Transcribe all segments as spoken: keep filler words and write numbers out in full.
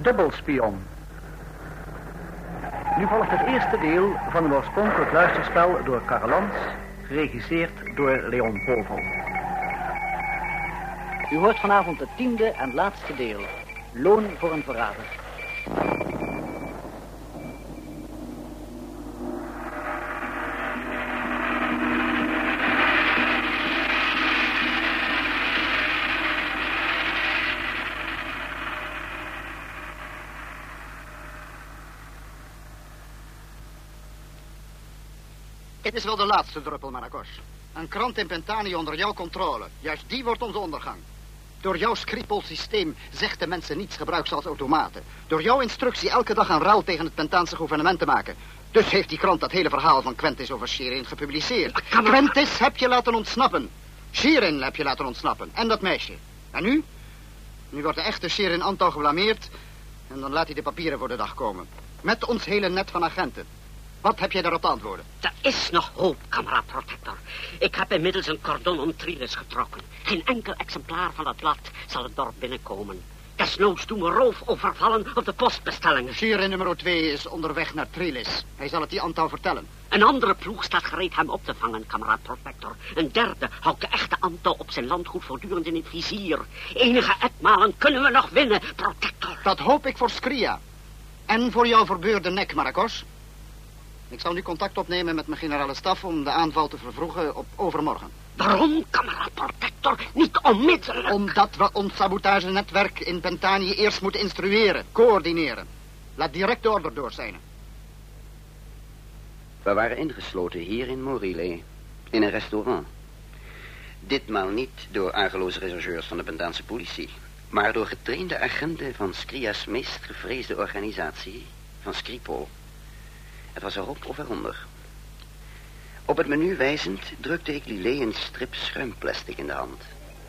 Dubbelspion. Nu volgt het eerste deel van een oorspronkelijk luisterspel door Karel Lans, geregisseerd door Leon Povel. U hoort vanavond het tiende en laatste deel. Loon voor een verrader. Het is wel de laatste druppel, Maracos. Een krant in Pentani onder jouw controle. Juist die wordt onze ondergang. Door jouw Skripal-systeem zegt de mensen niets, gebruik ze als automaten. Door jouw instructie elke dag een ruil tegen het Pentaanse gouvernement te maken. Dus heeft die krant dat hele verhaal van Quentis over Shirin gepubliceerd. Quentis heb je laten ontsnappen. Shirin heb je laten ontsnappen. En dat meisje. En nu? Nu wordt de echte Shirin Antal geblameerd. En dan laat hij de papieren voor de dag komen. Met ons hele net van agenten. Wat heb jij daarop te antwoorden? Er is nog hoop, kameraad Protector. Ik heb inmiddels een cordon om Trilis getrokken. Geen enkel exemplaar van dat blad zal het dorp binnenkomen. Desnoods doen we roof overvallen op de postbestellingen. Shirin nummer twee is onderweg naar Trilis. Hij zal het die Antal vertellen. Een andere ploeg staat gereed hem op te vangen, kameraad Protector. Een derde houdt de echte Antal op zijn landgoed voortdurend in het vizier. Enige etmalen kunnen we nog winnen, Protector. Dat hoop ik voor Skria. En voor jouw verbeurde nek, Maracos. Ik zal nu contact opnemen met mijn generale staf om de aanval te vervroegen op overmorgen. Waarom, kameraad Protector, niet onmiddellijk? Omdat we ons sabotagenetwerk in Pentani eerst moeten instrueren, coördineren. Laat direct de order doorzijnen. We waren ingesloten hier in Morile, in een restaurant. Ditmaal niet door argeloze rechercheurs van de Pentaanse politie, maar door getrainde agenten van Skria's meest gevreesde organisatie, van Skripal. Het was erop of eronder. Op het menu wijzend drukte ik Lillet een strip schuimplastic in de hand.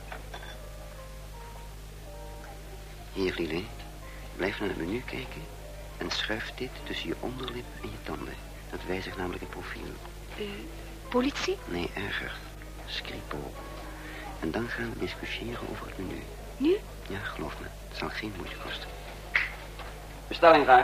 Hier, Lillet. Blijf naar het menu kijken en schuif dit tussen je onderlip en je tanden. Dat wijzigt namelijk het profiel. Uh, politie? Nee, erger. Skripal. En dan gaan we discussiëren over het menu. Nu? Ja, geloof me. Het zal geen moeite kosten. Bestelling graag.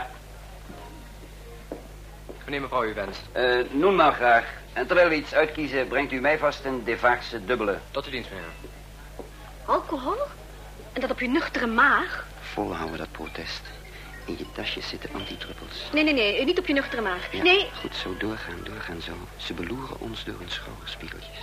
Wanneer mevrouw u wenst. Uh, noem maar graag. En terwijl we iets uitkiezen, brengt u mij vast een Devaarse dubbele. Tot uw dienst, meneer. Alcohol? En dat op je nuchtere maag? Volhouden dat protest. In je tasjes zitten antidruppels. Nee, nee, nee. Niet op je nuchtere maag. Ja, nee. Goed, zo doorgaan, doorgaan zo. Ze beloeren ons door hun schouderspiegeltjes.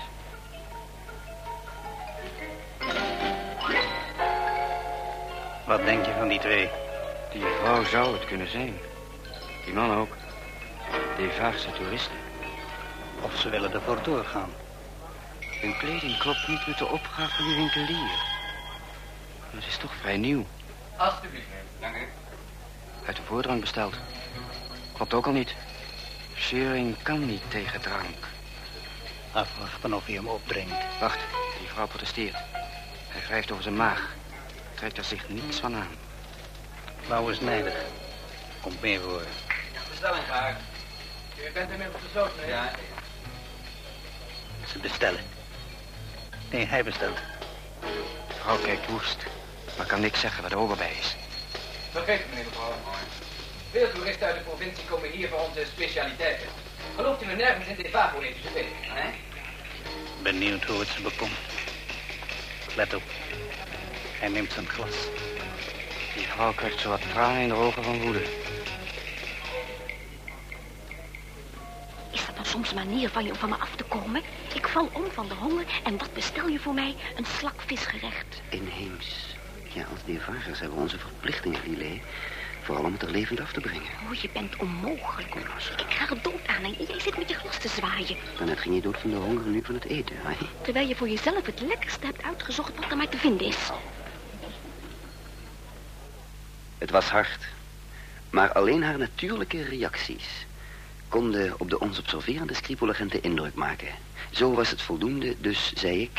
Wat denk je van die twee? Die vrouw zou het kunnen zijn. Die man ook. Devaarse toeristen. Of ze willen ervoor doorgaan. Hun kleding klopt niet met de opgave van die winkelier. Maar het is toch vrij nieuw. Alsjeblieft, meneer. Dank u. Uit de voordrang besteld. Klopt ook al niet. Shirin kan niet tegen drank. Afwachten of hij hem opdringt. Wacht, die vrouw protesteert. Hij wrijft over zijn maag. Trekt er zich niets van aan. Vrouw is nijdig. Komt meer voor. Bestelling graag. U bent inmiddels gezocht, meneer? Ja. Ze bestellen. Nee, hij bestelt. De vrouw kijkt woest, maar kan niks zeggen waar de ober bij is. Vergeet het, meneer mevrouw. Veel toeristen uit de provincie komen hier voor onze specialiteiten. Gelooft u me nergens in dit wapen even te weten, hè? Benieuwd hoe het ze bekomt. Let op. Hij neemt zijn glas. Die vrouw krijgt zo wat tranen in de ogen van woede. Is dat nou soms een manier van je om van me af te komen? Ik val om van de honger en wat bestel je voor mij? Een slakvisgerecht. Inheems. Ja, als Devaars hebben we onze verplichtingen, Lillet. Vooral om het er levend af te brengen. Oh, je bent onmogelijk. Ik krijg er dood aan en jij zit met je glas te zwaaien. Daarnet ging je dood van de honger en nu van het eten, hè? Terwijl je voor jezelf het lekkerste hebt uitgezocht wat er maar te vinden is. Het was hard. Maar alleen haar natuurlijke reacties konden op de ons observerende Skripal-agenten indruk maken. Zo was het voldoende, dus zei ik...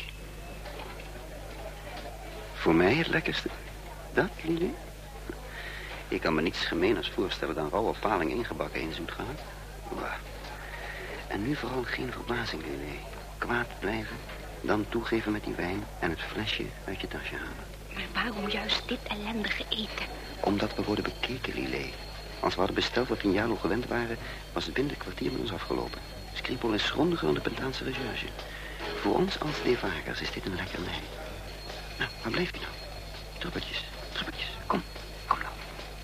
Voor mij het lekkerste. Dat, Lili? Ik kan me niets gemeeners voorstellen dan rauwe paling ingebakken in zoet gehakt. En nu vooral geen verbazing, Lili. Kwaad blijven, dan toegeven met die wijn en het flesje uit je tasje halen. Maar waarom juist dit ellendige eten? Omdat we worden bekeken, Lillet. Als we hadden besteld wat Vignalo gewend waren, was het binnen een kwartier met ons afgelopen. Skripal is grondiger dan de Pentaanse recherche. Voor ons als devagers is dit een lekkernij. Nou, waar blijft u nou? Druppeltjes, druppeltjes. Kom, kom nou.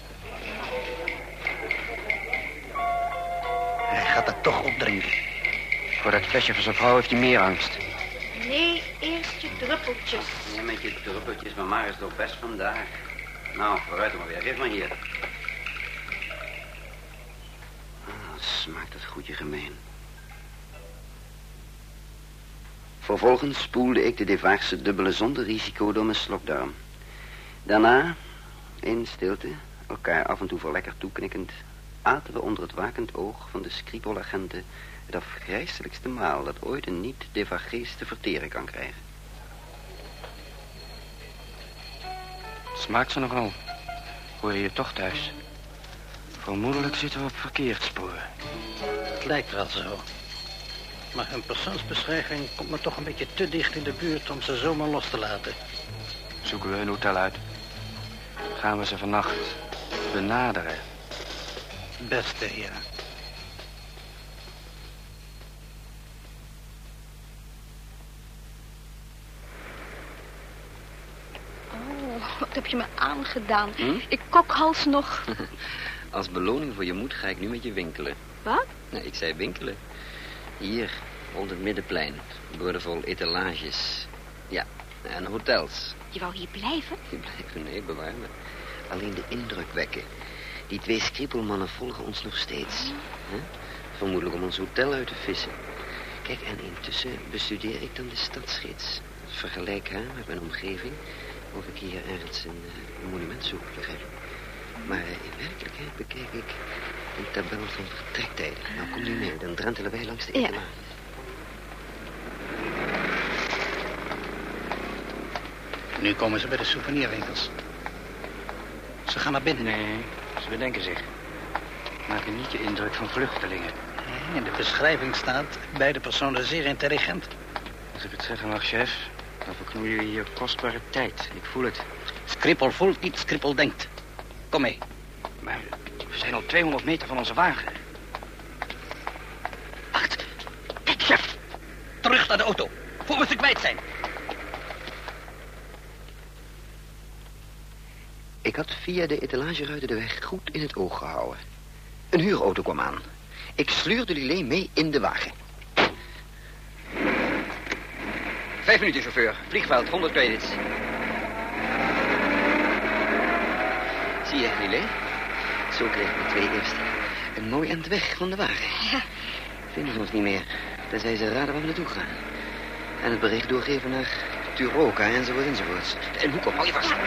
Hij gaat het toch opdrinken. Voor dat flesje van zijn vrouw heeft hij meer angst. Nee, eerst je druppeltjes. Ja, met je druppeltjes, maar maar is toch best vandaag. Nou, vooruit maar weer. Geef maar hier. Ah, smaakt het goedje gemeen. Vervolgens spoelde ik de Devaagse dubbele zonder risico door mijn slokdarm. Daarna, in stilte, elkaar af en toe verlekkerd toeknikkend, aten we onder het wakend oog van de Skripal-agenten het afgrijselijkste maal dat ooit een niet-Devagees te verteren kan krijgen. Smaakt ze nogal. Hoor je je toch thuis? Vermoedelijk zitten we op verkeerd spoor. Het lijkt wel zo. Maar hun persoonsbeschrijving komt me toch een beetje te dicht in de buurt om ze zomaar los te laten. Zoeken we een hotel uit. Gaan we ze vannacht benaderen. Beste, ja. Oh, wat heb je me aangedaan? Hm? Ik kokhals nog. Als beloning voor je moed ga ik nu met je winkelen. Wat? Nee, ik zei winkelen. Hier, rond het middenplein. Boordevol etalages. Ja, en hotels. Je wou hier blijven? Blijven, nee, bewaar me. Alleen de indruk wekken. Die twee Skripalmannen volgen ons nog steeds. Huh? Vermoedelijk om ons hotel uit te vissen. Kijk, en intussen bestudeer ik dan de stadsgids. Vergelijk haar met mijn omgeving. Of ik hier ergens een, een monument zoek, begrijp je? Maar uh, in werkelijkheid bekijk ik een tabel van vertrektijden. Nou, kom nu mee, dan drentelen wij langs de etalage. Ja. Nu komen ze bij de souvenirwinkels. Ze gaan naar binnen. Nee, ze bedenken zich. Maken niet je indruk van vluchtelingen. In de beschrijving staat beide personen zeer intelligent. Als ik het zeggen mag, chef, dan verknoeien we hier kostbare tijd. Ik voel het. Skripal voelt niet, Skripal denkt. Kom mee. Maar we zijn al tweehonderd meter van onze wagen. Wacht. Kijk, chef. Terug naar de auto. Voor we ze kwijt zijn. Ik had via de etalageruiten de weg goed in het oog gehouden. Een huurauto kwam aan. Ik sleurde Lillet mee in de wagen. Vijf minuten, chauffeur. Vliegveld, honderd credits. Zie je, Lillet? Zo kregen we twee eerst een mooi eind weg van de wagen. Ja. Vinden ze ons niet meer, tenzij ze raden waar we naartoe gaan. En het bericht doorgeven naar Turoka enzovoort enzovoort. En hoe kom je vast?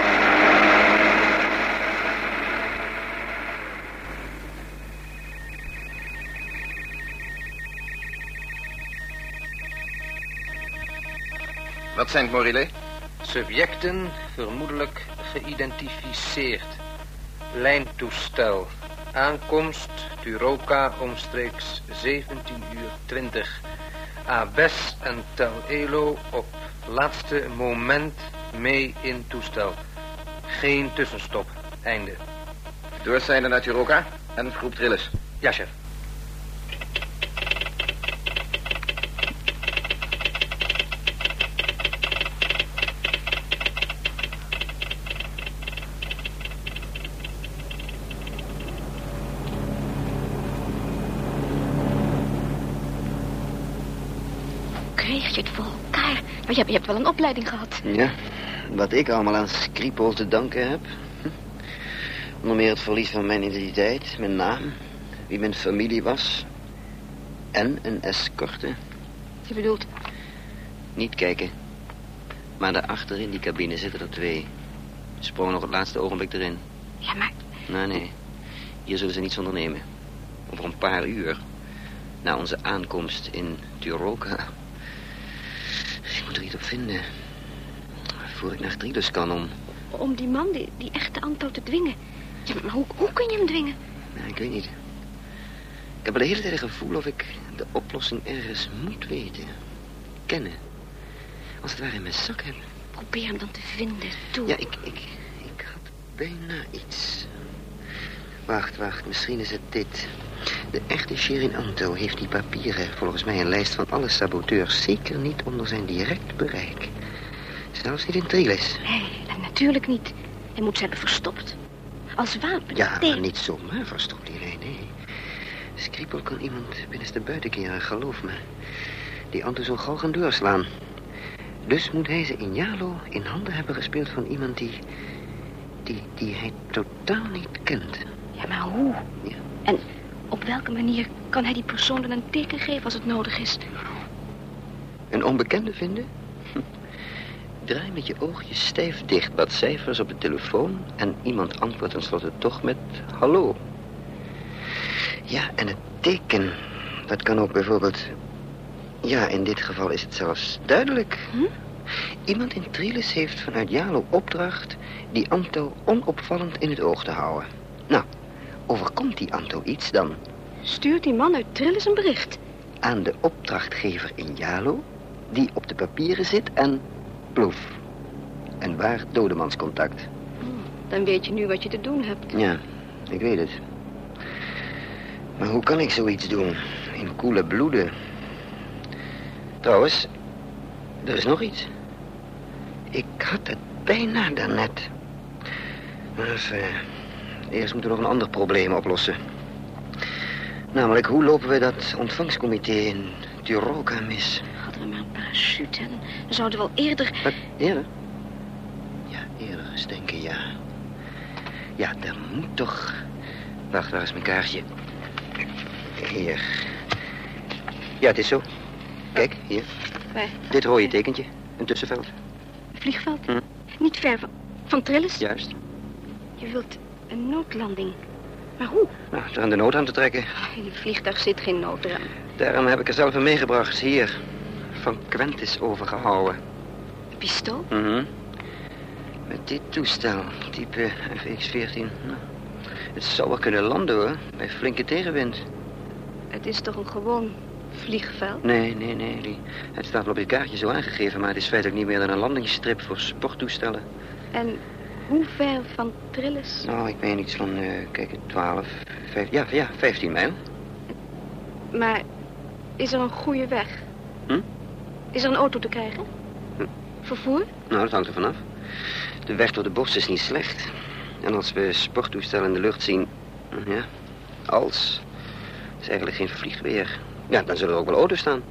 Wat zijn het, Morillet? Subjecten vermoedelijk geïdentificeerd. Lijntoestel. Aankomst Turoka omstreeks zeventien uur twintig. Abes en Tel Elo op laatste moment mee in toestel. Geen tussenstop. Einde. Doorzijnde naar Turoka en groep Trillis. Ja, chef. Kreeg je het voor elkaar? Maar je hebt, je hebt wel een opleiding gehad. Ja, wat ik allemaal aan Skripal te danken heb. Hm. Onder meer het verlies van mijn identiteit, mijn naam, wie mijn familie was. En een escorte. Je bedoelt? Niet kijken. Maar daarachter in die cabine zitten er twee. Sprongen nog het laatste ogenblik erin. Ja, maar... Nou, nee. Hier zullen ze niets ondernemen. Over een paar uur, na onze aankomst in Turoka. Ik moet er iets op vinden. Voor ik naar Trillis kan om... Om die man, die, die echte Anto te dwingen. Ja, maar hoe, hoe kun je hem dwingen? Nou, ik weet niet. Ik heb al de hele tijd het gevoel of ik de oplossing ergens moet weten. Kennen. Als het ware in mijn zak heb. Probeer hem dan te vinden, toe. Ja, ik, ik, ik had bijna iets. Wacht, wacht, misschien is het dit. De echte Shirin Anto heeft die papieren, volgens mij een lijst van alle saboteurs, zeker niet onder zijn direct bereik. Zelfs niet in Trilis. Nee, natuurlijk niet. Hij moet ze hebben verstopt. Als wapen. Ja, nee. maar niet zomaar verstopt hij, nee, nee. Skripal kan iemand binnenste buiten keren, geloof me. Die Anto zal gauw gaan doorslaan. Dus moet hij ze in Jalo in handen hebben gespeeld van iemand die... die, die hij totaal niet kent. Ja, maar hoe? Ja. En op welke manier kan hij die persoon dan een teken geven als het nodig is? Een onbekende vinden? Hm. Draai met je oogjes stijf dicht wat cijfers op de telefoon... en iemand antwoordt tenslotte toch met hallo. Ja, en het teken, dat kan ook bijvoorbeeld... Ja, in dit geval is het zelfs duidelijk. Hm? Iemand in Trilis heeft vanuit Jalo opdracht... die Anto onopvallend in het oog te houden. Nou, overkomt die Anto iets dan? Stuurt die man uit Trilis een bericht? Aan de opdrachtgever in Jalo... die op de papieren zit en... ploef. En waar dodemanscontact. Dan weet je nu wat je te doen hebt. Ja, ik weet het. Maar hoe kan ik zoiets doen? In koele bloeden. Trouwens, er is nog iets. Ik had het bijna daarnet. Maar uh, eerst moeten we nog een ander probleem oplossen. Namelijk, hoe lopen we dat ontvangstcomité in Turoka mis? Hadden we maar een parachute en dan zouden we al eerder... Wat, eerder? Ja, eerder eens denken, ja. Ja, er moet toch... Wacht, waar is mijn kaartje? Hier. Ja, het is zo. Kijk, hier. Waar? Dit rode tekentje. Een tussenveld. Vliegveld? Hm. Niet ver van, van Trilis? Juist. Je wilt een noodlanding. Maar hoe? Nou, er aan de nood aan te trekken. In het vliegtuig zit geen noodraam. Daarom heb ik er zelf een meegebracht. Hier. Van Quentis overgehouden. Een pistool? Mhm. Met dit toestel. Type F X veertien. Nou, het zou wel kunnen landen, hoor. Bij flinke tegenwind. Het is toch een gewoon vliegveld? Nee, nee, nee. Die, het staat wel op je kaartje zo aangegeven... maar het is feitelijk niet meer dan een landingsstrip voor sporttoestellen. En hoe ver van Trilis? Nou, ik meen iets van, uh, kijk, twaalf, vijf, ja, ja, vijftien mijl. Maar is er een goede weg? Hm? Is er een auto te krijgen? Hm. Vervoer? Nou, dat hangt er vanaf. De weg door de bos is niet slecht. En als we sporttoestellen in de lucht zien... Ja, als... is eigenlijk geen vliegweer. Ja, dan zullen er ook wel auto's staan.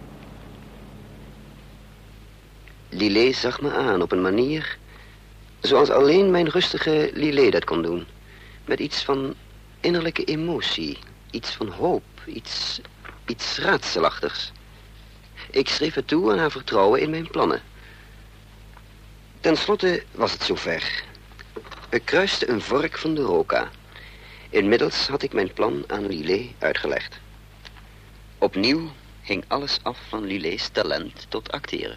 Lillet zag me aan op een manier... zoals alleen mijn rustige Lillet dat kon doen. Met iets van innerlijke emotie. Iets van hoop. Iets, iets raadselachtigs. Ik schreef het toe aan haar vertrouwen in mijn plannen. Ten slotte was het zover. Ik kruiste een vork van de roka. Inmiddels had ik mijn plan aan Lillet uitgelegd. Opnieuw hing alles af van Lillet's talent tot acteren.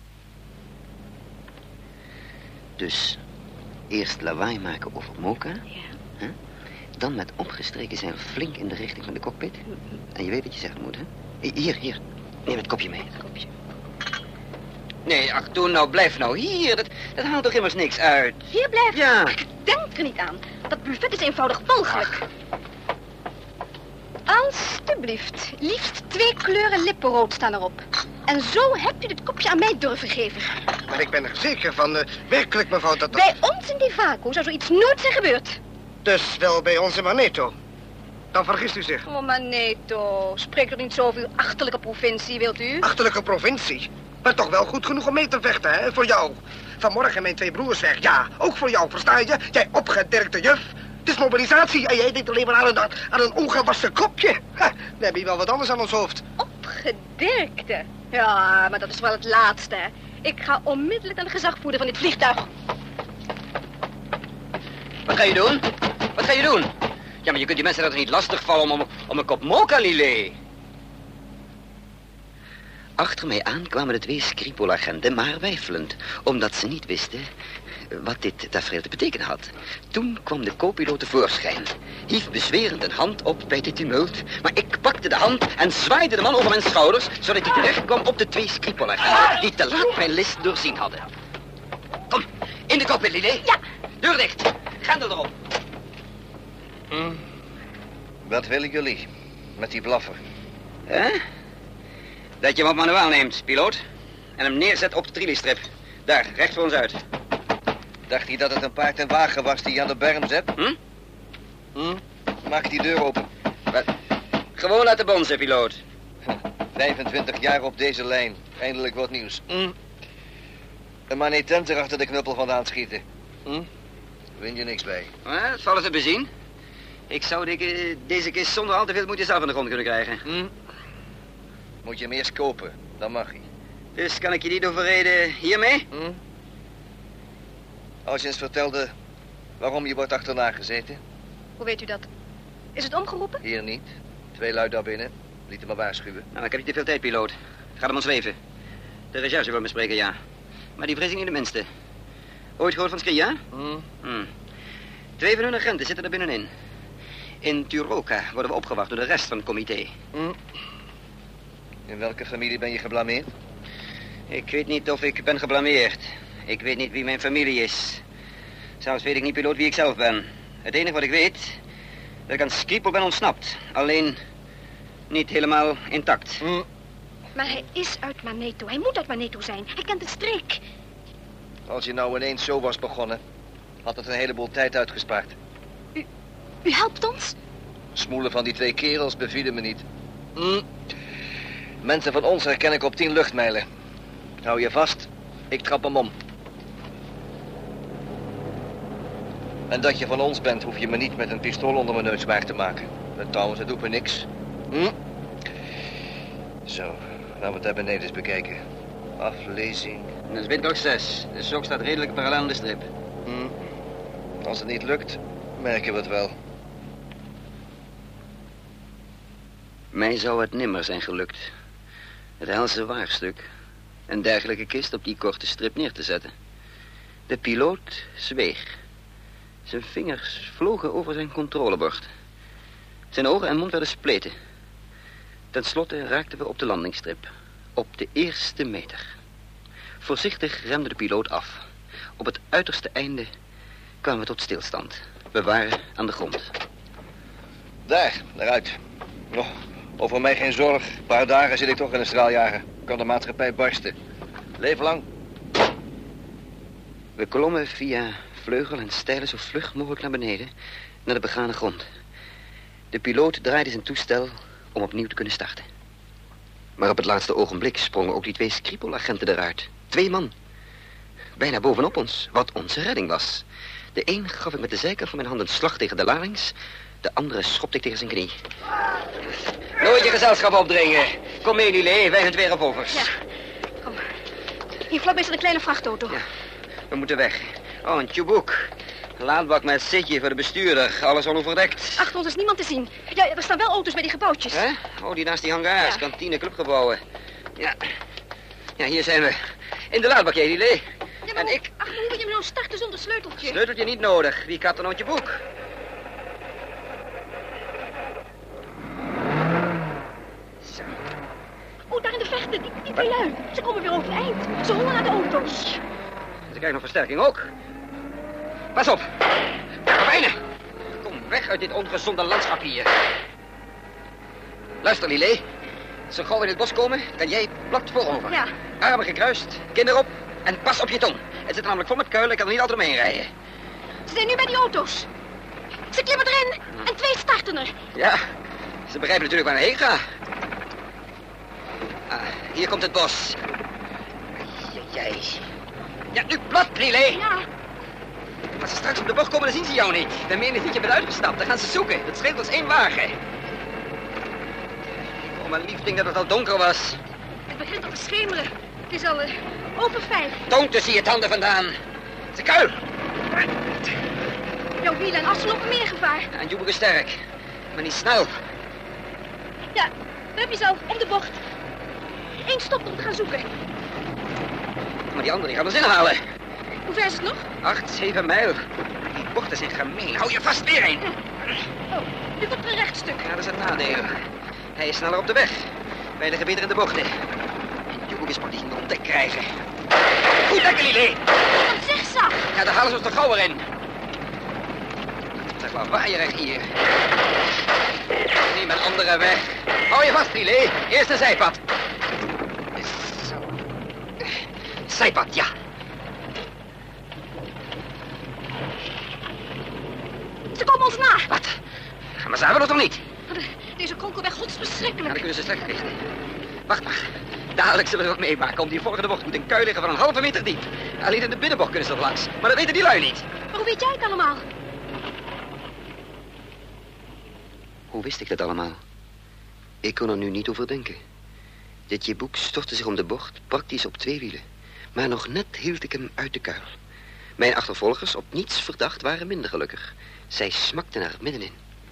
Dus eerst lawaai maken over Mocha. Ja. Hè? Dan met opgestreken zijn flink in de richting van de cockpit. En je weet wat je zeggen moet, hè? Hier, hier. Neem het kopje mee. Kopje. Nee, ach, doe nou, blijf nou hier. Dat, dat haalt toch immers niks uit? Hier blijven? Ja. Ik denk er niet aan. Dat buffet is eenvoudig walgelijk. Alsjeblieft. Liefst twee kleuren lippenrood staan erop. En zo hebt u dit kopje aan mij durven geven. Maar ik ben er zeker van, uh, werkelijk mevrouw, dat... dat... Bij ons in Devaco zou zoiets nooit zijn gebeurd. Dus wel bij onze Maneto. Dan vergist u zich. Oh, Maneto. Spreek er niet zo over uw achterlijke provincie, wilt u? Achterlijke provincie? Maar toch wel goed genoeg om mee te vechten, hè, voor jou. Vanmorgen mijn twee broers weg. Ja, ook voor jou, versta je? Jij opgedirkte juf. Het is mobilisatie en jij denkt alleen maar aan een, aan een ongewassen kopje. Ha, we hebben hier wel wat anders aan ons hoofd. Opgedirkte? Ja, maar dat is wel het laatste, hè. Ik ga onmiddellijk naar de gezagvoerder van dit vliegtuig. Wat ga je doen? Wat ga je doen? Ja, maar je kunt die mensen dat niet lastigvallen om, om, om een kop mocha, Lillet. Achter mij aan kwamen de twee Skripal-agenten, maar weifelend, omdat ze niet wisten wat dit tafereel te betekenen had. Toen kwam de co-piloot tevoorschijn, hief bezwerend een hand op bij dit tumult, maar ik pakte de hand en zwaaide de man over mijn schouders, zodat hij terecht kwam op de twee Skripal-agenten, die te laat mijn list doorzien hadden. Kom, in de cockpit, Lillet. Ja. Deur dicht. grendel erop. Hm. Wat willen jullie met die blaffer? Hè? Dat je hem op manuaal neemt, piloot. En hem neerzet op de trilliestrip. Daar, recht voor ons uit. Dacht hij dat het een paard en wagen was die je aan de berm zet? Hm? Hm? Maak die deur open. Wat? Gewoon laten bonzen, piloot. vijfentwintig jaar op deze lijn. Eindelijk wat nieuws. Hm? Een manetent achter de knuppel vandaan schieten. Hm? Win je niks bij. Ah, dat vallen te bezien. Ik zou de, deze kist zonder al te veel moeite zelf aan de grond kunnen krijgen. Hm? Moet je hem eerst kopen, dan mag hij. Dus kan ik je niet overreden hiermee? Hm? Als je eens vertelde waarom je wordt achterna gezeten. Hoe weet u dat? Is het omgeroepen? Hier niet. Twee lui daar binnen. Lieten me waarschuwen. Nou, ik heb niet te veel tijd, piloot. Het gaat om ons leven. De recherche wil me spreken, ja. Maar die vrees ik niet de minste. Ooit gehoord van Skria? Hm? Hm. Twee van hun agenten zitten er binnenin. In Turoka worden we opgewacht door de rest van het comité. Hm? In welke familie ben je geblameerd? Ik weet niet of ik ben geblameerd. Ik weet niet wie mijn familie is. Zelfs weet ik niet, piloot, wie ik zelf ben. Het enige wat ik weet, dat ik aan Skripal ben ontsnapt. Alleen niet helemaal intact. Hm. Maar hij is uit Maneto. Hij moet uit Maneto zijn. Hij kent de streek. Als je nou ineens zo was begonnen, had het een heleboel tijd uitgespaard. U, u helpt ons? Smoelen van die twee kerels bevielen me niet. Hm. Mensen van ons herken ik op tien luchtmijlen. Hou je vast, ik trap hem om. En dat je van ons bent, hoef je me niet met een pistool onder mijn neus waar te maken. En trouwens, het doet me niks. Hm? Zo, laten we het daar beneden eens bekijken. Aflezing. Dat is windkracht zes. De sok staat redelijk parallel aan de strip. Hm. Als het niet lukt, merken we het wel. Mij zou het nimmer zijn gelukt het helse waarstuk een dergelijke kist op die korte strip neer te zetten. De piloot zweeg. Zijn vingers vlogen over zijn controlebord. Zijn ogen en mond werden spleten. Ten slotte raakten we op de landingsstrip. Op de eerste meter. Voorzichtig remde de piloot af. Op het uiterste einde kwamen we tot stilstand. We waren aan de grond. Daar, daaruit. Oh, over mij geen zorg. Een paar dagen zit ik toch in een straaljager. Kan de maatschappij barsten. Leven lang. We klommen via vleugel en stijlen zo vlug mogelijk naar beneden, naar de begane grond. De piloot draaide zijn toestel om opnieuw te kunnen starten. Maar op het laatste ogenblik sprongen ook die twee Skripal-agenten eruit. Twee man. Bijna bovenop ons, wat onze redding was. De een gaf ik met de zijkant van mijn hand een slag tegen de larynx. De andere schopte ik tegen zijn knie. Nooit je gezelschap opdringen. Kom mee, Lillet, wij zijn twee revolvers. Ja, kom. Hier vlakbij staat een kleine vrachtauto. Ja, we moeten weg. Oh, een tjoeboek. Een laadbak met zitje voor de bestuurder. Alles onoverdekt. Achter ons is niemand te zien. Ja, er staan wel auto's bij die gebouwtjes. Hè? Oh, die naast die hangars, ja. Kantine, clubgebouwen. Ja. Ja, hier zijn we. In de laadbak, jij, Lillet. Ja, en ik... Ach, hoe moet je me nou starten zonder sleuteltje? Sleuteltje niet nodig. Wie kapt er nou je boek? Zo. Oh, daar in de vechten. Die, die twee lui. Ze komen weer overeind. Ze hollen naar de auto's. Ze krijgen nog versterking ook. Pas op. Karabijnen. Kom weg uit dit ongezonde landschap hier. Luister, Lillet. Als ze gauw in het bos komen, kan jij plat voorover. Ja. Armen gekruist, kin erop en pas op je tong. Het zit namelijk vol met kuilen, ik kan er niet altijd omheen rijden. Ze zijn nu bij die auto's. Ze klimmen erin en twee starten er. Ja, ze begrijpen natuurlijk waar ik heen ga. Ah, hier komt het bos. Jij. Ja, nu plat, Lillet. Ja. Als ze straks op de bocht komen, dan zien ze jou niet. Dan meen ik niet je bent uitgestapt. Dan gaan ze zoeken. Dat scheelt ons één wagen. Oh, mijn lief ding dat het al donker was. Het begint al te schemeren. Het is al uh, over vijf. Tong tussen je tanden vandaan. Ze kuil. Jouw wielen en assen lopen meer gevaar. Ja, en Joebeke is sterk. Maar niet snel. Ja, daar heb je zo. Om de bocht. Eén stop om te gaan zoeken. Maar die andere die gaan ons inhalen. Hoe ver is het nog? Acht, zeven mijl. Die bochten zijn gemeen. Hou je vast weer een. Oh, nu komt er een rechtstuk. Ja, dat is het nadeel. Hij is sneller op de weg. Wij liggen beter in de bochten. En Joebeke is praktisch niet om te krijgen. Goed lekker, Lillet. Een zigzag. Ja, daar halen ze ons toch gauw weer in. lawaaierig hier. Neem een andere weg. Hou je vast, Riley. Eerst een zijpad. Zo. Zijpad, ja. Ze komen ons na. Wat? Maar ze hebben het toch niet? Deze kronkelweg, godsbeschrikkelijk. Ja, dan kunnen ze slecht richten. Wacht maar. Dadelijk zullen we wat meemaken. Om die volgende bocht moet een kuil liggen van een halve meter diep. Alleen in de binnenbocht kunnen ze er langs. Maar dat weten die lui niet. Maar hoe weet jij het allemaal? Hoe wist ik dat allemaal? Ik kon er nu niet over denken. Dit jeboek stortte zich om de bocht, praktisch op twee wielen. Maar nog net hield ik hem uit de kuil. Mijn achtervolgers, op niets verdacht, waren minder gelukkig. Zij smakten er middenin.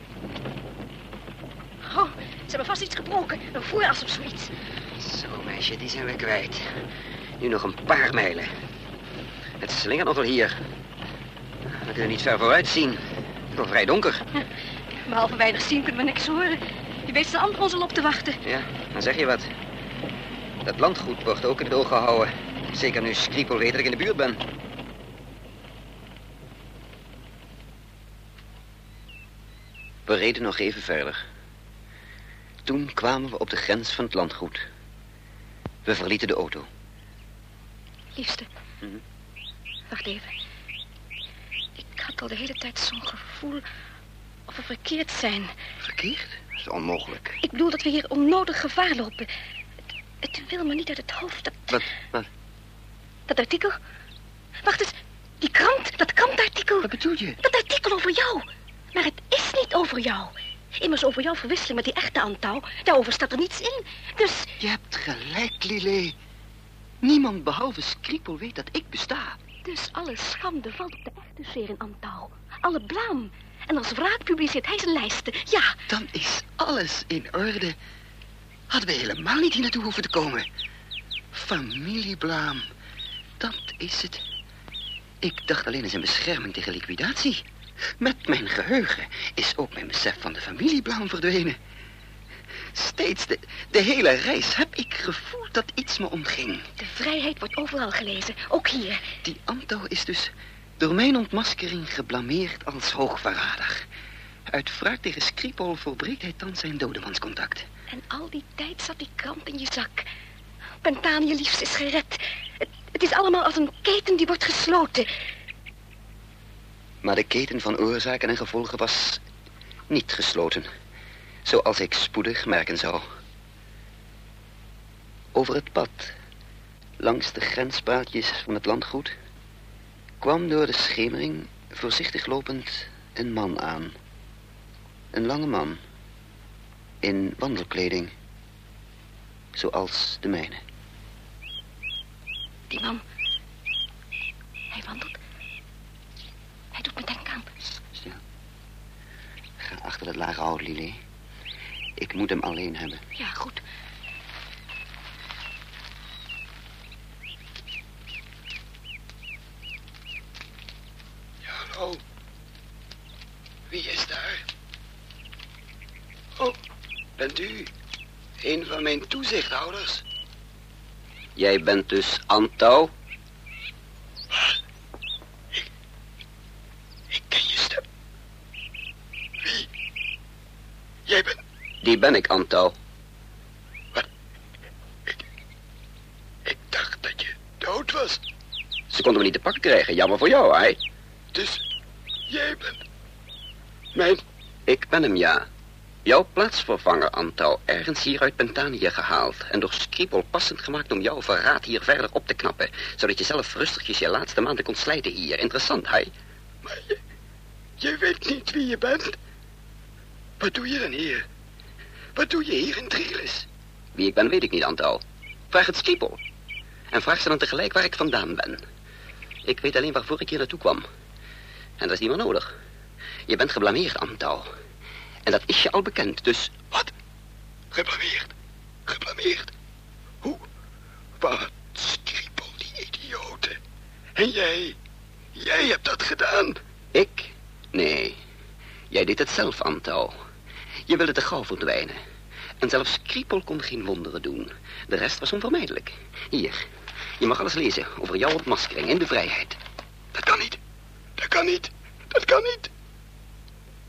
Oh, ze hebben vast iets gebroken. Een voeras of zoiets. Zo, meisje, die zijn we kwijt. Nu nog een paar mijlen. Het slingert nog wel hier. We kunnen niet ver vooruit zien. Het is wel vrij donker. Ja, behalve weinig zien kunnen we niks horen. Je weet de anderen ons al op te wachten. Ja, dan zeg je wat. Dat landgoed wordt ook in het oog gehouden. Zeker nu Skripal weet dat ik in de buurt ben. We reden nog even verder. Toen kwamen we op de grens van het landgoed. We verlieten de auto. Liefste. Mm-hmm. Wacht even. Ik had al de hele tijd zo'n gevoel of we verkeerd zijn. Verkeerd? Dat is onmogelijk. Ik bedoel dat we hier onnodig gevaar lopen. Het, het wil me niet uit het hoofd dat... Wat? Wat? Dat artikel. Wacht eens. Die krant. Dat krantartikel. Wat bedoel je? Dat artikel over jou. Maar het is niet over jou. Immers over jouw verwisseling met die echte Antouw. Daarover staat er niets in. Dus... Je hebt gelijk, Lillet. Niemand behalve Skripal weet dat ik besta. Dus alle schande valt op de echte Sherin Antouw. Alle blaam. En als wraak publiceert hij zijn lijsten. Ja. Dan is alles in orde. Hadden we helemaal niet hier naartoe hoeven te komen. Familieblaam. Dat is het. Ik dacht alleen eens een bescherming tegen liquidatie. Met mijn geheugen is ook mijn besef van de familieblaam verdwenen. Steeds de, de hele reis heb ik gevoeld dat iets me omging. De vrijheid wordt overal gelezen, ook hier. Die Antouw is dus door mijn ontmaskering geblameerd als hoogverrader. Uit wraak tegen Skripal volbreekt hij thans zijn dodemanscontact. En al die tijd zat die krant in je zak. Pentanië liefst is gered. Het, het is allemaal als een keten die wordt gesloten. Maar de keten van oorzaken en gevolgen was niet gesloten. Zoals ik spoedig merken zou. Over het pad, langs de grenspaaltjes van het landgoed, kwam door de schemering, voorzichtig lopend, een man aan. Een lange man. In wandelkleding. Zoals de mijne. Die man. Hij wandelt. Hij doet me denken aan. Stil. Ga achter dat lage hout, Lillet. Ik moet hem alleen hebben. Ja, goed. Ja, hallo. Wie is daar? Oh, bent u een van mijn toezichthouders? Jij bent dus Antouw? Wat? Ik... Ik ken je stem. Wie? Jij bent... Die ben ik, Antouw. Wat? Ik... Ik dacht dat je dood was. Ze konden me niet te pakken krijgen. Jammer voor jou, hè? Dus jij bent... Mijn... Ik ben hem, ja. Jouw plaatsvervanger, Antouw, ergens hier uit Pentanië gehaald en door Skripal passend gemaakt om jouw verraad hier verder op te knappen, zodat je zelf rustigjes je laatste maanden kon slijten hier. Interessant, hè? Maar je... Je weet niet wie je bent. Wat doe je dan hier? Wat doe je hier in Trilis? Wie ik ben, weet ik niet, Antouw. Vraag het Skripal. En vraag ze dan tegelijk waar ik vandaan ben. Ik weet alleen waarvoor ik hier naartoe kwam. En dat is niet meer nodig. Je bent geblameerd, Antouw. En dat is je al bekend, dus... Wat? Geblameerd? Geblameerd? Hoe? Wat? Skripal, die idioten. En jij? Jij hebt dat gedaan? Ik? Nee. Jij deed het zelf, Antouw. Je wilde te gauw verdwijnen. En zelfs Skripal kon geen wonderen doen. De rest was onvermijdelijk. Hier. Je mag alles lezen over jouw ontmaskering in de vrijheid. Dat kan niet. Dat kan niet. Dat kan niet.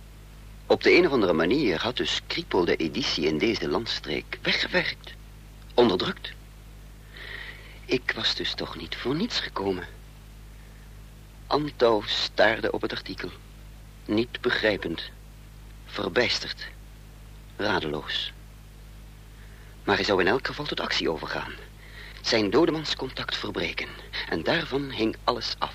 Op de een of andere manier had dus Kriepel de editie in deze landstreek weggewerkt. Onderdrukt. Ik was dus toch niet voor niets gekomen. Antouw staarde op het artikel. Niet begrijpend. Verbijsterd. Radeloos. Maar hij zou in elk geval tot actie overgaan. Zijn dodemanscontact verbreken. En daarvan hing alles af.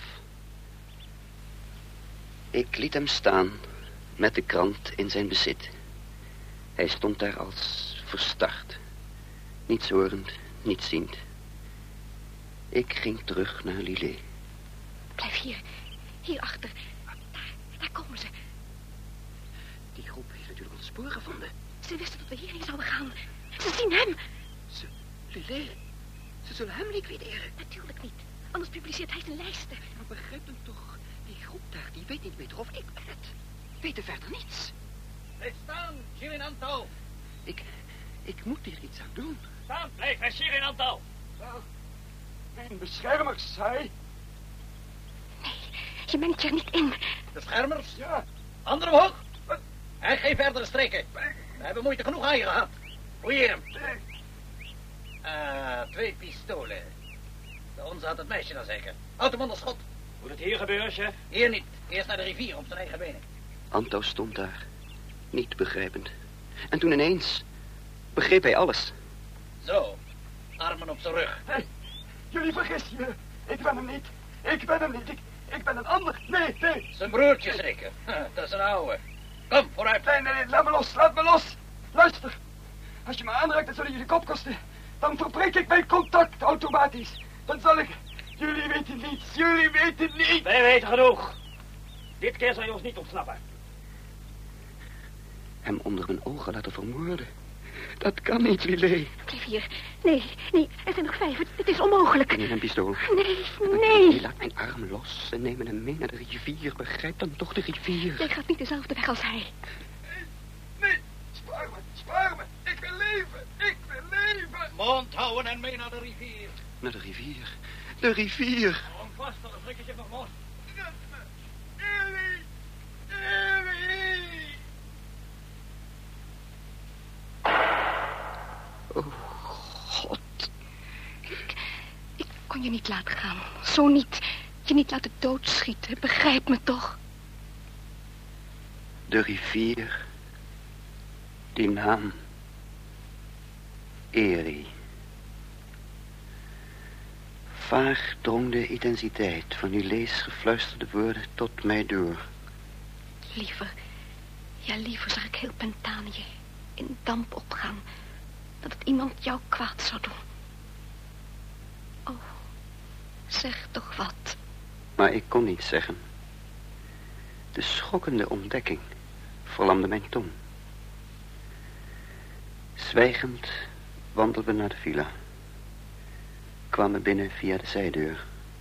Ik liet hem staan met de krant in zijn bezit. Hij stond daar als verstard. Niets horend, niets ziend. Ik ging terug naar Lillet. Blijf hier. Hierachter. Daar, daar komen ze. Die groep heeft natuurlijk ons spoor gevonden. Ze wisten dat we hierheen zouden gaan. Ze zien hem. Ze... Lillet. Ze zullen hem liquideren. Natuurlijk niet. Anders publiceert hij zijn lijsten. Maar begrijp hem toch. Die groep daar, die weet niet beter of ik ben het. Weten verder niets. Blijf staan, Shirin Antouw. Ik... Ik moet hier iets aan doen. Staan, blijf bij Shirin Antouw. Mijn beschermers, hij. Nee, je mengt je er niet in. Beschermers? Ja. Handen omhoog. En geen verdere streken. We hebben moeite genoeg aan je gehad. Fouilleer hem. Ah, twee pistolen. De onze had het meisje dan zeker. Houd hem onder schot. Moet het hier gebeuren, chef? Hier niet. Eerst naar de rivier op zijn eigen benen. Antouw stond daar. Niet begrijpend. En toen ineens begreep hij alles. Zo. Armen op zijn rug. Hey, jullie vergissen je. Ik ben hem niet. Ik ben hem niet. Ik, ik ben een ander. Nee, nee. Zijn broertje zeker. Dat is een ouwe. Kom, vooruit. Nee, nee, nee. Laat me los. Laat me los. Luister. Als je me aanraakt, dan zullen je de kop kosten. Dan verbreek ik mijn contact automatisch. Dan zal ik... Jullie weten niets. Jullie weten niet. Wij weten genoeg. Dit keer zal je ons niet ontsnappen. Hem onder mijn ogen laten vermoorden. Dat kan niet, Lillet. Blijf hier. Nee, nee, er zijn nog vijf. Het, het is onmogelijk. Neem een pistool. Nee, nee. Je laat mijn arm los en nemen hem mee naar de rivier. Begrijp dan toch de rivier. Jij gaat niet dezelfde weg als hij. Nee, spaar me, spaar me. Ik wil leven. Ik wil leven. Mond houden en mee naar de rivier. Naar de rivier. De rivier. Hou hem vast, anders schrik ik je nog los. Red me. Ellie. Ellie. Oh, God. Ik, ik kon je niet laten gaan. Zo niet. Je niet laten doodschieten. Begrijp me toch. De rivier. Die naam. Erie. Vaag drong de intensiteit van uw lees gefluisterde woorden tot mij door. Liever, ja liever zag ik heel Pentanië in damp opgaan, dat het iemand jou kwaad zou doen. Oh, zeg toch wat. Maar ik kon niet zeggen. De schokkende ontdekking verlamde mijn tong. Zwijgend wandelden we naar de villa. Kwamen binnen via de zijdeur.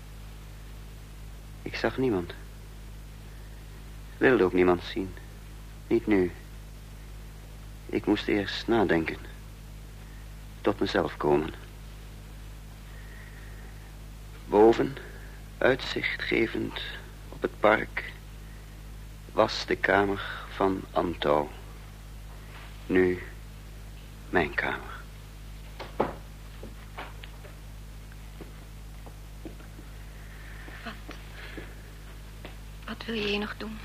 Ik zag niemand. Wilde ook niemand zien. Niet nu. Ik moest eerst nadenken. Tot mezelf komen. Boven, uitzicht gevend op het park, was de kamer van Antouw. Nu mijn kamer. Wat? Wat wil je hier nog doen?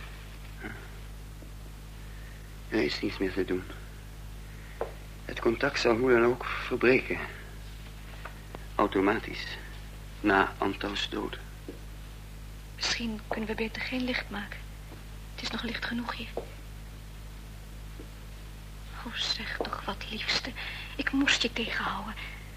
Er is niets meer te doen. Het contact zal hoe dan ook verbreken. Automatisch. Na Antouws dood. Misschien kunnen we beter geen licht maken. Het is nog licht genoeg hier. Oh, zeg toch wat, liefste. Ik moest je tegenhouden.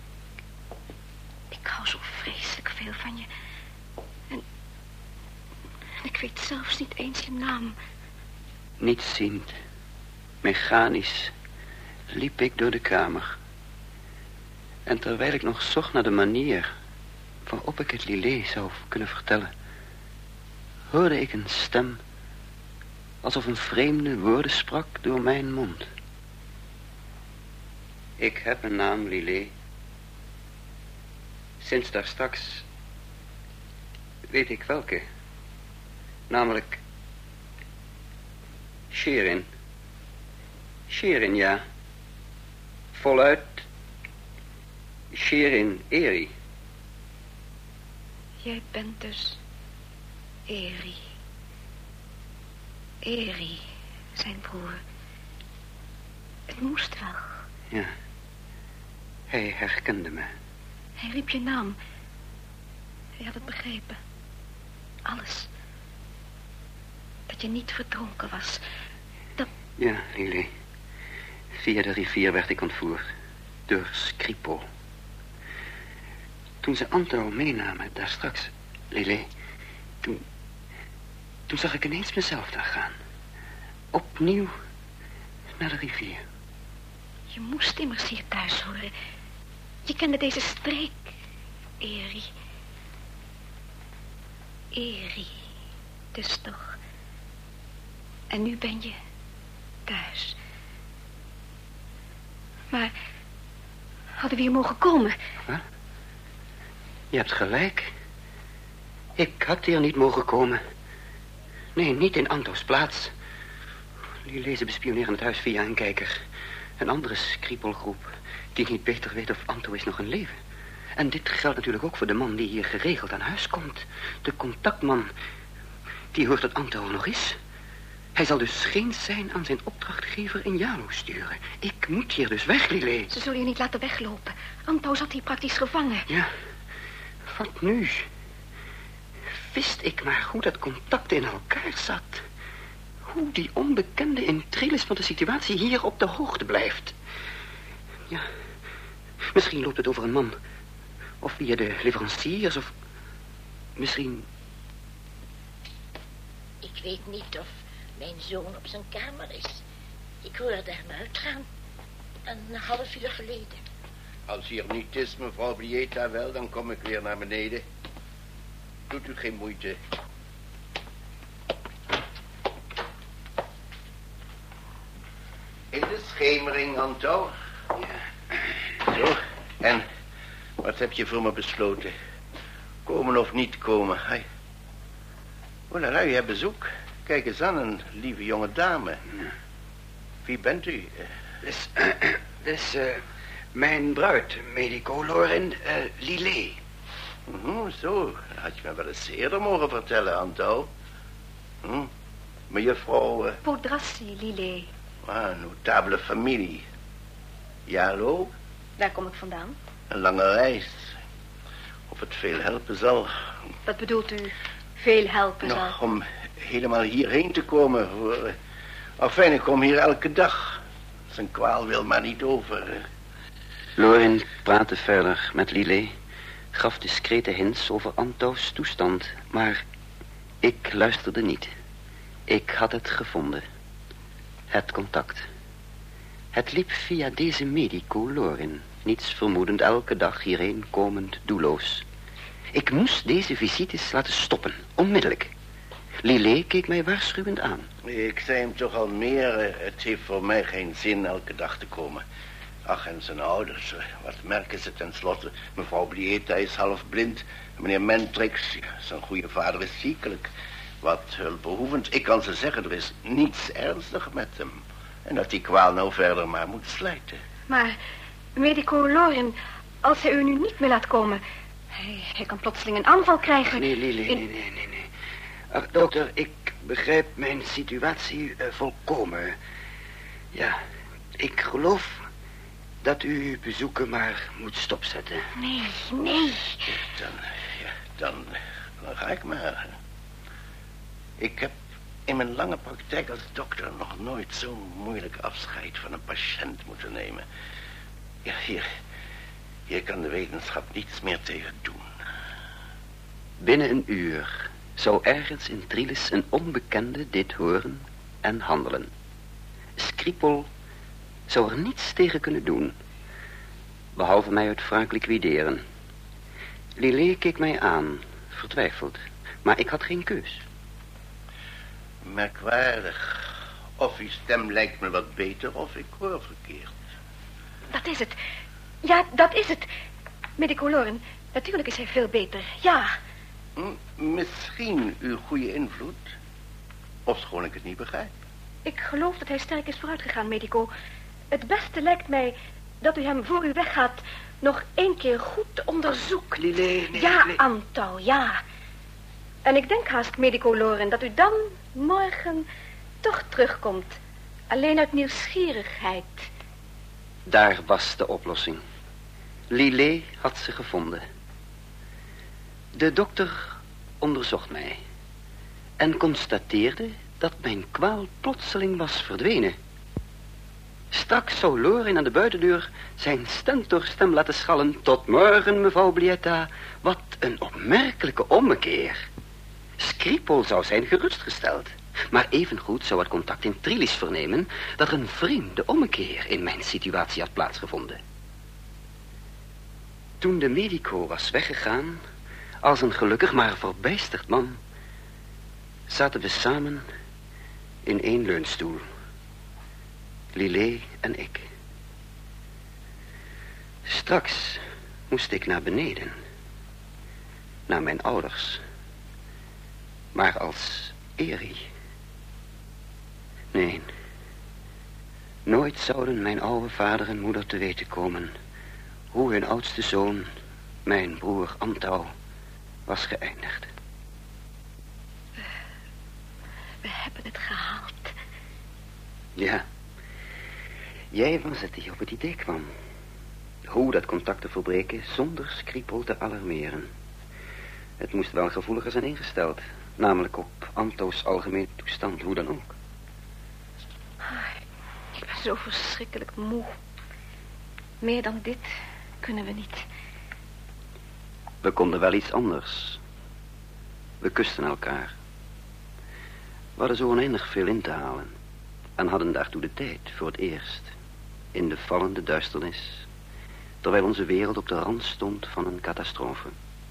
Ik hou zo vreselijk veel van je. En, en ik weet zelfs niet eens je naam. Nietsziend, mechanisch, liep ik door de kamer. En terwijl ik nog zocht naar de manier waarop ik het Lillet zou kunnen vertellen, hoorde ik een stem, alsof een vreemde woorden sprak door mijn mond. Ik heb een naam, Lillet. Sinds daar straks weet ik welke. Namelijk Shirin. Sherin, ja. Voluit. Sherin Eri. Jij bent dus Eri. Eri, zijn broer. Het moest wel. Ja. Hij herkende me. Hij riep je naam. Hij had het begrepen. Alles. Dat je niet verdronken was. Dat... Ja, Lili. Via de rivier werd ik ontvoerd. Door Skripal. Toen ze Anto meenamen, daar straks, Lili... Toen... Toen zag ik ineens mezelf daar gaan. Opnieuw naar de rivier. Je moest immers hier thuis horen. Je kende deze streek, Eri. Eri, dus toch. En nu ben je thuis. Maar hadden we hier mogen komen? Wat? Je hebt gelijk. Ik had hier niet mogen komen. Nee, niet in Anto's plaats. Die lezen bespioneren het huis via een kijker. Een andere Skripal-groep die niet beter weet of Anto is nog in leven. En dit geldt natuurlijk ook voor de man die hier geregeld aan huis komt. De contactman. Die hoort dat Anto er nog is. Hij zal dus geen sein aan zijn opdrachtgever in Jalo sturen. Ik moet hier dus weg, Lili. Ze zullen je niet laten weglopen. Anto zat hier praktisch gevangen. Ja, wat nu? Wist ik maar hoe dat contact in elkaar zat. Hoe die onbekende in Trilis van de situatie hier op de hoogte blijft. Ja, misschien loopt het over een man. Of via de leveranciers, of misschien... Ik weet niet of mijn zoon op zijn kamer is. Ik hoorde hem uitgaan. Een half uur geleden. Als hij er niet is, mevrouw Blieta, wel, dan kom ik weer naar beneden. Doet u geen moeite. In de schemering, Anto. Ja. Zo, en wat heb je voor me besloten? Komen of niet komen? Hai. Oh, nou, nou, je hebt bezoek. Kijk eens aan, een lieve jonge dame. Ja. Wie bent u? Dus, uh, dus uh, mijn bruid, medico Loren uh, Lili. Mm, zo, dat had je me wel eens eerder mogen vertellen, Anto. Hm? Mejuffrouw... Uh... Podrassi, Lili. Ah, notabele familie. Jalo? Daar kom ik vandaan. Een lange reis. Of het veel helpen zal. Wat bedoelt u, veel helpen nou, zal? Om helemaal hierheen te komen. Voor... Enfin, ik kom hier elke dag. Zijn kwaal wil maar niet over. Loren praatte verder met Lili. Gaf discrete hints over Anto's toestand. Maar ik luisterde niet. Ik had het gevonden. Het contact. Het liep via deze medico Loren. Niets vermoedend, elke dag hierheen komend, doelloos. Ik moest deze visites laten stoppen, onmiddellijk. Lili keek mij waarschuwend aan. Ik zei hem toch al meer, het heeft voor mij geen zin elke dag te komen. Ach, en zijn ouders, wat merken ze tenslotte? Mevrouw Blieta is half blind. Meneer Mentrix, zijn goede vader is ziekelijk. Wat hulpbehoevend. Ik kan ze zeggen, er is niets ernstig met hem. En dat die kwaal nou verder maar moet slijten. Maar, medico Loren, als hij u nu niet meer laat komen... Hij, hij kan plotseling een aanval krijgen. Nee, Lili, in... nee, nee, nee, nee. Ach, dokter, ik begrijp mijn situatie uh, volkomen. Ja, ik geloof dat u uw bezoeken maar moet stopzetten. Nee, nee. Dan, ja, dan, dan ga ik maar. Ik heb in mijn lange praktijk als dokter nog nooit zo'n moeilijk afscheid van een patiënt moeten nemen. Ja, hier, hier kan de wetenschap niets meer tegen doen. Binnen een uur zou ergens in Trilis een onbekende dit horen en handelen. Skripal zou er niets tegen kunnen doen, behalve mij uit wraak liquideren. Lili keek mij aan, vertwijfeld, maar ik had geen keus. Merkwaardig. Of uw stem lijkt me wat beter, of ik hoor verkeerd. Dat is het. Ja, dat is het. Medico Loren, natuurlijk is hij veel beter, ja. Hm, misschien uw goede invloed. Ofschoon ik het niet begrijp. Ik geloof dat hij sterk is vooruitgegaan, medico. Het beste lijkt mij dat u hem voor u weggaat nog één keer goed onderzoekt. Lilé, nee, Ja, nee. Anto, ja. En ik denk haast, medico Loren, dat u dan morgen toch terugkomt. Alleen uit nieuwsgierigheid. Daar was de oplossing. Lilé had ze gevonden. De dokter onderzocht mij en constateerde dat mijn kwaal plotseling was verdwenen. Straks zou Loren aan de buitendeur zijn stentorstem laten schallen. Tot morgen, mevrouw Blietta. Wat een opmerkelijke ommekeer. Skripal zou zijn gerustgesteld. Maar evengoed zou het contact in Trilis vernemen dat er een vreemde ommekeer in mijn situatie had plaatsgevonden. Toen de medico was weggegaan, als een gelukkig maar verbijsterd man, zaten we samen in één leunstoel. Lilé en ik. Straks moest ik naar beneden. Naar mijn ouders. Maar als Eri. Nee. Nooit zouden mijn oude vader en moeder te weten komen hoe hun oudste zoon, mijn broer Antau, was geëindigd. We hebben het gehaald. Ja. Jij was het die op het idee kwam. Hoe dat contact te verbreken zonder Skripal te alarmeren. Het moest wel gevoeliger zijn ingesteld. Namelijk op Anto's algemene toestand, hoe dan ook. Ik ben zo verschrikkelijk moe. Meer dan dit kunnen we niet. We konden wel iets anders. We kusten elkaar. We hadden zo oneindig veel in te halen. En hadden daartoe de tijd voor het eerst. In de vallende duisternis. Terwijl onze wereld op de rand stond van een catastrofe.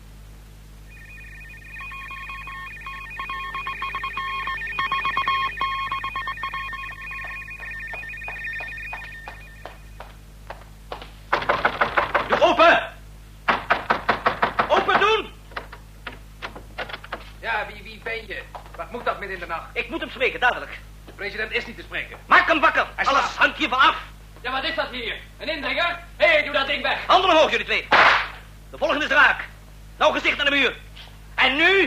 Doe open! Open doen! Ja, wie, wie ben je? Wat moet dat midden in de nacht? Ik moet hem spreken, dadelijk. De president is niet te spreken. Maak hem wakker! Hij Alles slaapt. hangt hiervan af! Ja, wat is dat hier? Een indringer? Hé, hey, doe dat ding weg. Handen omhoog, jullie twee. De volgende is raak. Nou, gezicht naar de muur. En nu...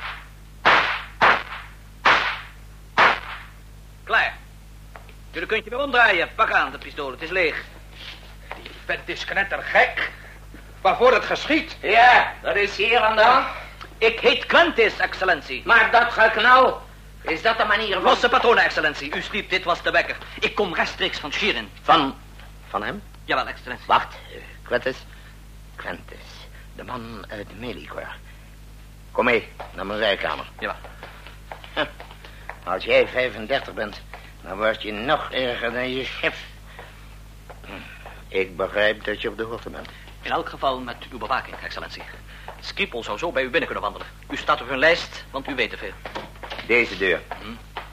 Klaar. Jullie kunt je weer omdraaien. Pak aan, de pistool. Het is leeg. Die vent is knettergek. Waarvoor het geschiet? Ja, dat is hier aan de hand. Ik heet Quentis, excellentie. Maar dat geknal, is dat de manier van... Losse patronen, excellentie. U sliep, dit was de wekker. Ik kom rechtstreeks van Shirin. Van... van hem? Jawel, excellentie. Wacht, uh, Quentis. Quentis, de man uit Meliquor. Kom mee, naar mijn zijkamer. Jawel. Huh. Als jij vijfendertig bent, dan word je nog erger dan je chef. Hm. Ik begrijp dat je op de hoogte bent. In elk geval met uw bewaking, excellentie. Skripal zou zo bij u binnen kunnen wandelen. U staat op hun lijst, want u weet te veel. Deze deur. Hm?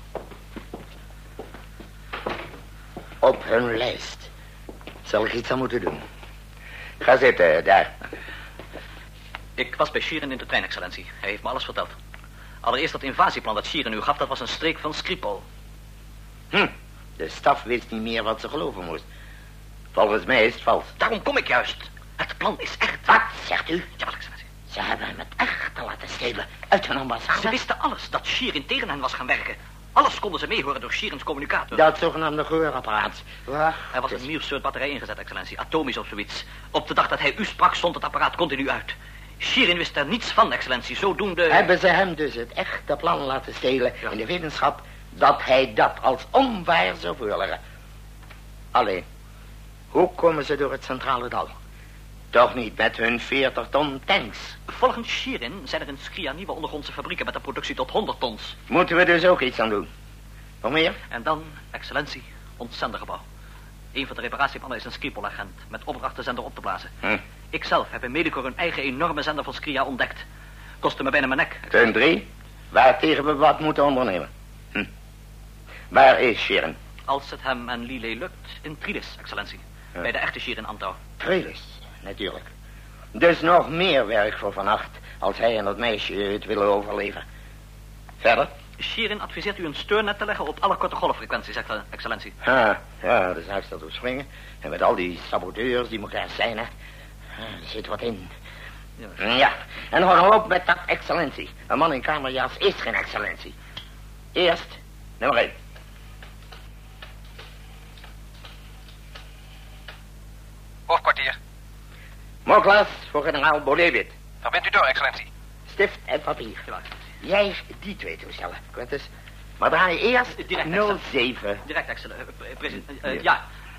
Op hun lijst. Zal ik iets aan moeten doen? Ga zitten, daar. Ik was bij Shirin in de trein, excellentie. Hij heeft me alles verteld. Allereerst dat invasieplan dat Shirin u gaf, dat was een streek van Skripal. Hm, de staf wist niet meer wat ze geloven moest. Volgens mij is het vals. Daarom kom ik juist. Het plan is echt. Wat, zegt u? Jawel, excellentie. Ze hebben hem het echt te laten stelen uit hun ambassade. Ze wisten alles, dat Shirin tegen hen was gaan werken. Alles konden ze meehoren door Shirins communicator. Dat zogenaamde gehoorapparaat. Wacht. Er was een nieuw soort batterij ingezet, excellentie. Atomisch of zoiets. Op de dag dat hij u sprak, stond het apparaat continu uit. Shirin wist er niets van, excellentie. Zodoende... Hebben ze hem dus het echte plan laten stelen... Ja. in de wetenschap dat hij dat als onwaar zou voorleggen. Alleen, hoe komen ze door het centrale dal? Toch niet met hun veertig ton tanks. Volgens Shirin zijn er in Skria nieuwe ondergrondse fabrieken met een productie tot honderd tons. Moeten we dus ook iets aan doen? Nog meer? En dan, excellentie, ons zendergebouw. Een van de reparatieplannen is een Skripal-agent met opdracht de zender op te blazen. Hm. Ik zelf heb in Meliquor een eigen enorme zender van Skria ontdekt. Kostte me bijna mijn nek. Punt drie, waartegen we wat moeten ondernemen. Hm. Waar is Shirin? Als het hem en Lilé lukt, in Trilis, excellentie. Hm. Bij de echte Shirin Antau. Trilis, natuurlijk. Dus nog meer werk voor vannacht, als hij en dat meisje het willen overleven. Verder? Shirin adviseert u een steunnet te leggen op alle korte golffrequenties, excellentie. Ja, ja, daar zou ik dat op springen. En met al die saboteurs die elkaar zijn, hè. Er zit wat in. Ja, ja. En hou op met dat excellentie. Een man in kamerjas is geen excellentie. Eerst, nummer één. Hoofdkwartier. Moklas voor generaal Bolewit. Verbind u door, excellentie. Stift en papier. Jij die twee toestellen, Quintus. Maar draai eerst Direct, nul zeven. Direct, excellentie. Uh, president, uh, ja.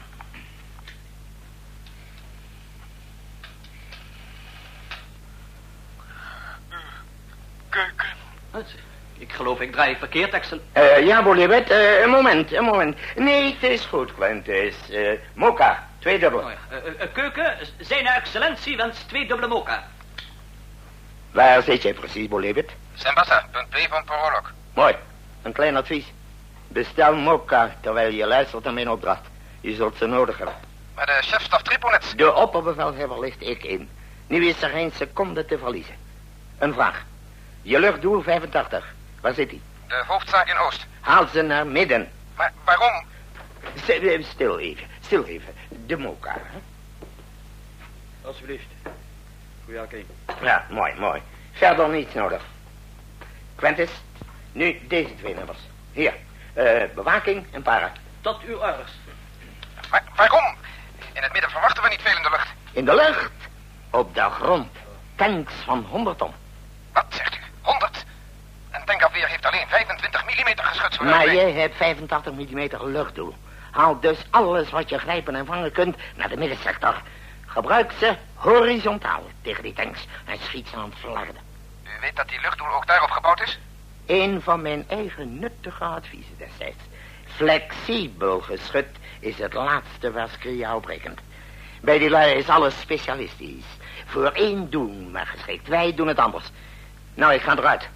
Keuken. Ik geloof, ik draai verkeerd, excellentie. Uh, ja, Bolewit, uh, een moment, een moment. Nee, het is goed, Quintus. Uh, mocha, twee dubbele. Oh ja. uh, uh, keuken, zijn excellentie wenst twee dubbele mocha. Waar zit jij precies, Bolewit? Sembassa, punt P van Porolok. Mooi. Een klein advies. Bestel mocha terwijl je luistert naar mijn opdracht. Je zult ze nodig hebben. Maar de chefstaf Triponets. De opperbevelhebber ligt ik in. Nu is er geen seconde te verliezen. Een vraag. Je luchtdoel vijfentachtig. Waar zit hij? De hoofdzaak in Oost. Haal ze naar midden. Maar waarom? Stil, stil even. Stil even. De mocha. Hè? Alsjeblieft. Goeie oké. Ja, mooi, mooi. Verder niets nodig. Quintus, nu deze twee nummers. Hier. Uh, bewaking en para. Tot uw orders. Maar waarom? In het midden verwachten we niet veel in de lucht. In de lucht? Op de grond. Tanks van honderd ton. Wat zegt u? honderd? Een tankafweer heeft alleen vijfentwintig millimeter geschut. Maar jij hebt vijfentachtig millimeter luchtdoel. Haal dus alles wat je grijpen en vangen kunt naar de middensector. Gebruik ze horizontaal tegen die tanks en schiet ze aan het flarden. U weet dat die luchtdoel ook daarop gebouwd is? Een van mijn eigen nuttige adviezen destijds. Flexibel geschut is het laatste waar Skria op rekent. Bij die lui is alles specialistisch. Voor één doel maar geschikt. Wij doen het anders. Nou, ik ga eruit.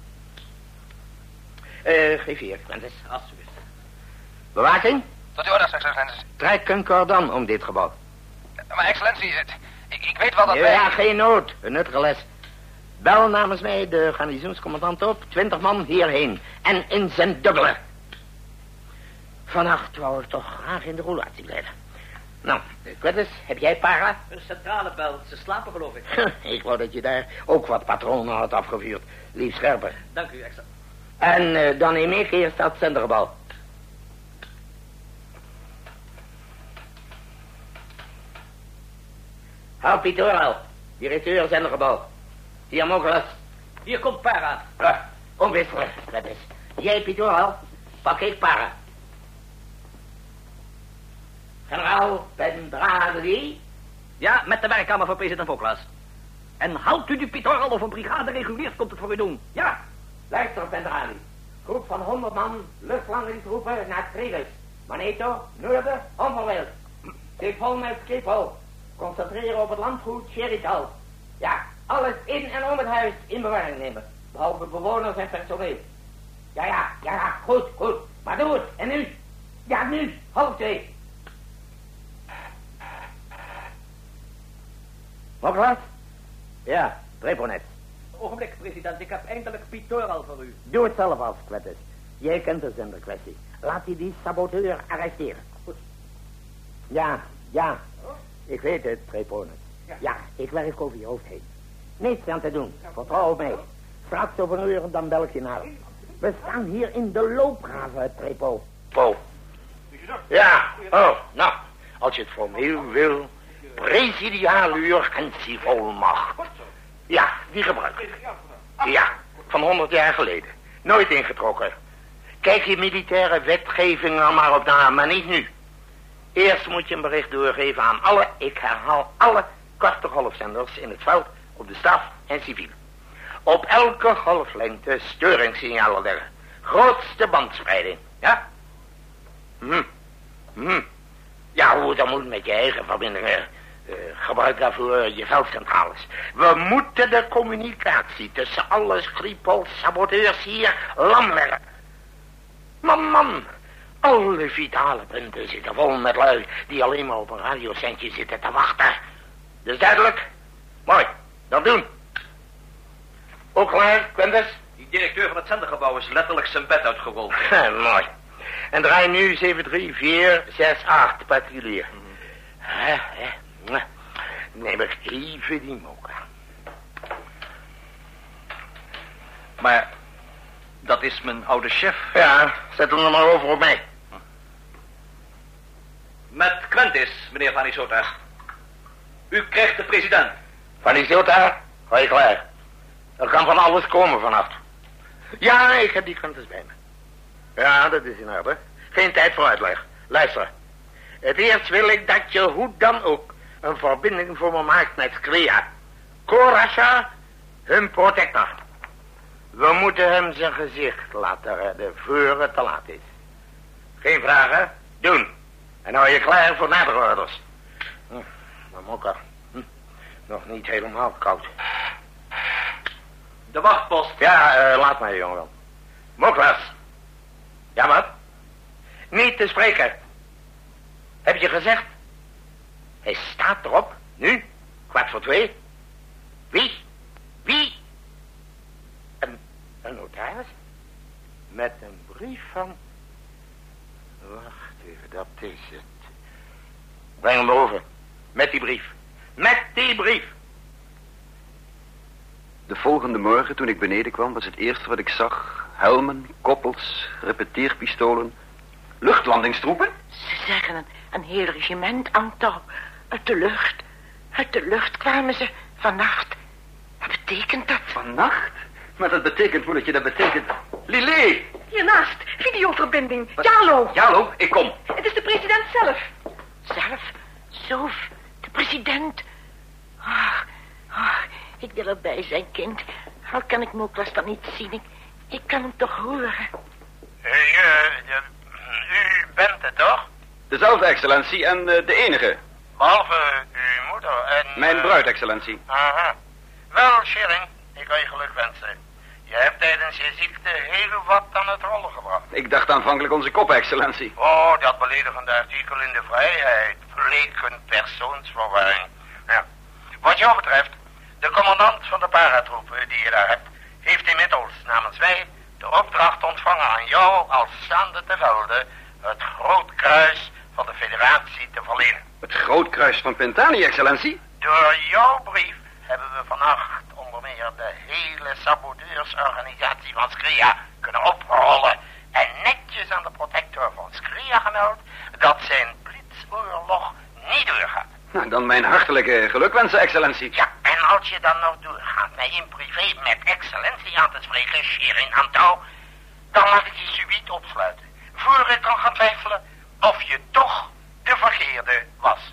Uh, geef hier, Quintus. Alsjeblieft. Bewaking? Tot uw orders, excellentie. Trek een cordon om dit gebouw. Maar excellentie, het, ik, ik weet wel dat ja, wij... Ja, geen nood. Een nuttige les. Bel namens mij de garnizoenscommandant op. Twintig man hierheen. En in zijn dubbele. Vannacht wou ik toch graag in de roulatie blijven. Nou, Quintus, heb jij para? Een centrale bel. Ze slapen, geloof ik. Ik wou dat je daar ook wat patronen had afgevuurd. Lief scherper. Dank u, extra. En uh, dan neem ik eerst dat zendergebouw. Hou Pitoral, directeur zendergebouw. Hier, Moklas. Hier komt para. Ah, omwisselen, dat is. Jij, Pitoral, pak ik para. Generaal Pendradi. Ja, met de werkkamer van president Moklas. En houdt u die Pitoral of een brigade reguliert, komt het voor u doen. Ja. Luister, Pendradi. Groep van honderd man, luchtlandingsroepen naar Trilis. Maneto, Noorden, onverwild. Schiphol met Schiphol. Concentreren op het landgoed Cherital. Ja, alles in en om het huis in bewaring nemen. Behalve bewoners en personeel. Ja, ja, ja, ja, goed, goed. Maar doe het. En nu? Ja, nu. Half twee. Moklas? Ja, Treponet. Ogenblik, president. Ik heb eindelijk Pitoral voor u. Doe het zelf af, Quintus. Jij kent de zenderkwestie. Laat hij die saboteur arresteren. Goed. Ja, ja. Ik weet het, Treponet. Ja. ja, ik werk over je hoofd heen. Niets aan te doen. Vertrouw op mij. Straks over een uur, dan bel ik je naar. We staan hier in de loopgraven, Trepo. Po. Ja, oh, nou. Als je het formeel wil. Presidiale urgentievolmacht. Ja, die gebruik ik. Ja, van honderd jaar geleden. Nooit ingetrokken. Kijk je militaire wetgeving er maar op na, maar niet nu. Eerst moet je een bericht doorgeven aan alle, ik herhaal alle korte golfzenders in het veld, op de staf en civiel. Op elke golflengte störingssignalen leggen. Grootste bandspreiding, ja? Hm, hm. Ja, hoe dat moet met je eigen verbindingen. Uh, gebruik daarvoor je veldcentrales. We moeten de communicatie tussen alle Schiphol-saboteurs hier lam leggen. Man, man, alle vitale punten zitten vol met lui die alleen maar op een radiocentje zitten te wachten. Dus duidelijk? Mooi, dat doen. Ook klaar, Quintus? Die directeur van het zendergebouw is letterlijk zijn bed uitgerold. Ja, mooi. En draai nu zeven drie vier zes acht patrouilleer. Mm-hmm. Neem ik even die mocha. Maar dat is mijn oude chef. Ja, zet hem er maar over op mij. Met Quentis, meneer Van Isota. U krijgt de president. Van Isota, ga je klaar. Er kan van alles komen vanaf. Ja, ik heb die Quentis bij me. Ja, dat is in orde. Geen tijd voor uitleg. Luister. Het eerst wil ik dat je hoe dan ook een verbinding voor me maakt met Skria. Korasha, hun protector. We moeten hem zijn gezicht laten redden voor het te laat is. Geen vragen? Doen. En hou je klaar voor nadere orders. Hm, maar Mokka, hm, nog niet helemaal koud. De wachtpost. Ja, uh, laat maar, jongen. Moklas. Ja, wat? Niet te spreken. Heb je gezegd? Hij staat erop. Nu? Kwart voor twee. Wie? Wie? Een, een notaris? Met een brief van... Wacht even, dat is het. Breng hem over. Met die brief. Met die brief. De volgende morgen, toen ik beneden kwam, was het eerste wat ik zag... helmen, koppels, repeteerpistolen, luchtlandingstroepen. Ze zeggen een, een heel regiment aan touw. Uit de lucht. Uit de lucht kwamen ze vannacht. Wat betekent dat? Vannacht? Maar dat betekent, moedertje, dat betekent... Lilé! Hiernaast, videoverbinding. Jalo. Jalo, ik kom. Het is de president zelf. Zelf? Sof, de president. Ach, ach, ik wil erbij zijn, kind. Al kan ik Moklas dan niet zien. Ik, ik kan hem toch horen. Hey, uh, uh, u bent het toch? Dezelfde, excellentie, en uh, de enige. Behalve uw moeder en... Mijn bruid, excellentie. Aha. Wel, Schering, ik wil je geluk wensen. Je hebt tijdens je ziekte heel wat aan het rollen gebracht. Ik dacht aanvankelijk onze kop, excellentie. Oh, dat beledigende artikel in de Vrijheid bleek een persoonsverwarring. Ja. Wat jou betreft, de commandant van de paratroepen die je daar hebt, heeft inmiddels namens mij de opdracht ontvangen aan jou als staande te velde het Grootkruis van de Federatie te verlenen. Het Grootkruis van Pentani, excellentie? Door jouw brief hebben we vannacht onder meer de hele saboteursorganisatie van Skria kunnen oprollen en netjes aan de protector van Skria gemeld dat zijn blitsoorlog niet doorgaat. Nou, dan mijn hartelijke gelukwensen, excellentie. Ja, en als je dan nog doorgaat mij in privé met excellentie aan te spreken, Schering aan touw, dan laat ik je subiet opsluiten, voor ik kan gaan twijfelen of je toch de verkeerde was.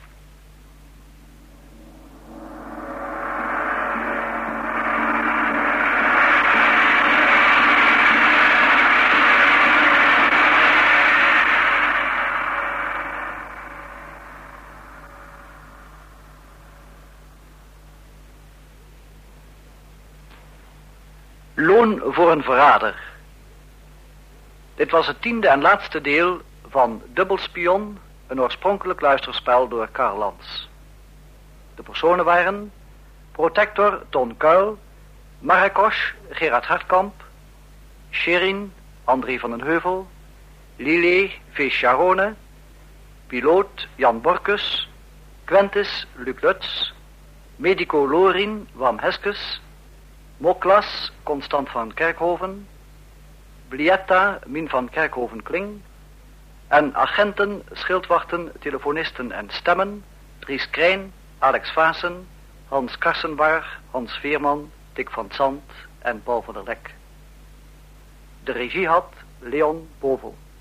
Loon voor een verrader. Dit was het tiende en laatste deel van Dubbelspion, een oorspronkelijk luisterspel door Karl Lans. De personen waren Protector Ton Kuil, Marrakesh Gerard Hartkamp, Sherin André van den Heuvel, Lilé Fees Charone, piloot Jan Borkus, Quentis Luc Lutz, medico Lorin Wam Heskes, Moklas Constant van Kerkhoven, Blietta Min van Kerkhoven-Kling en agenten, schildwachten, telefonisten en stemmen, Dries Krijn, Alex Vaassen, Hans Karsenbaar, Hans Veerman, Dick van Zandt en Paul van der Lek. De regie had Leon Bovel.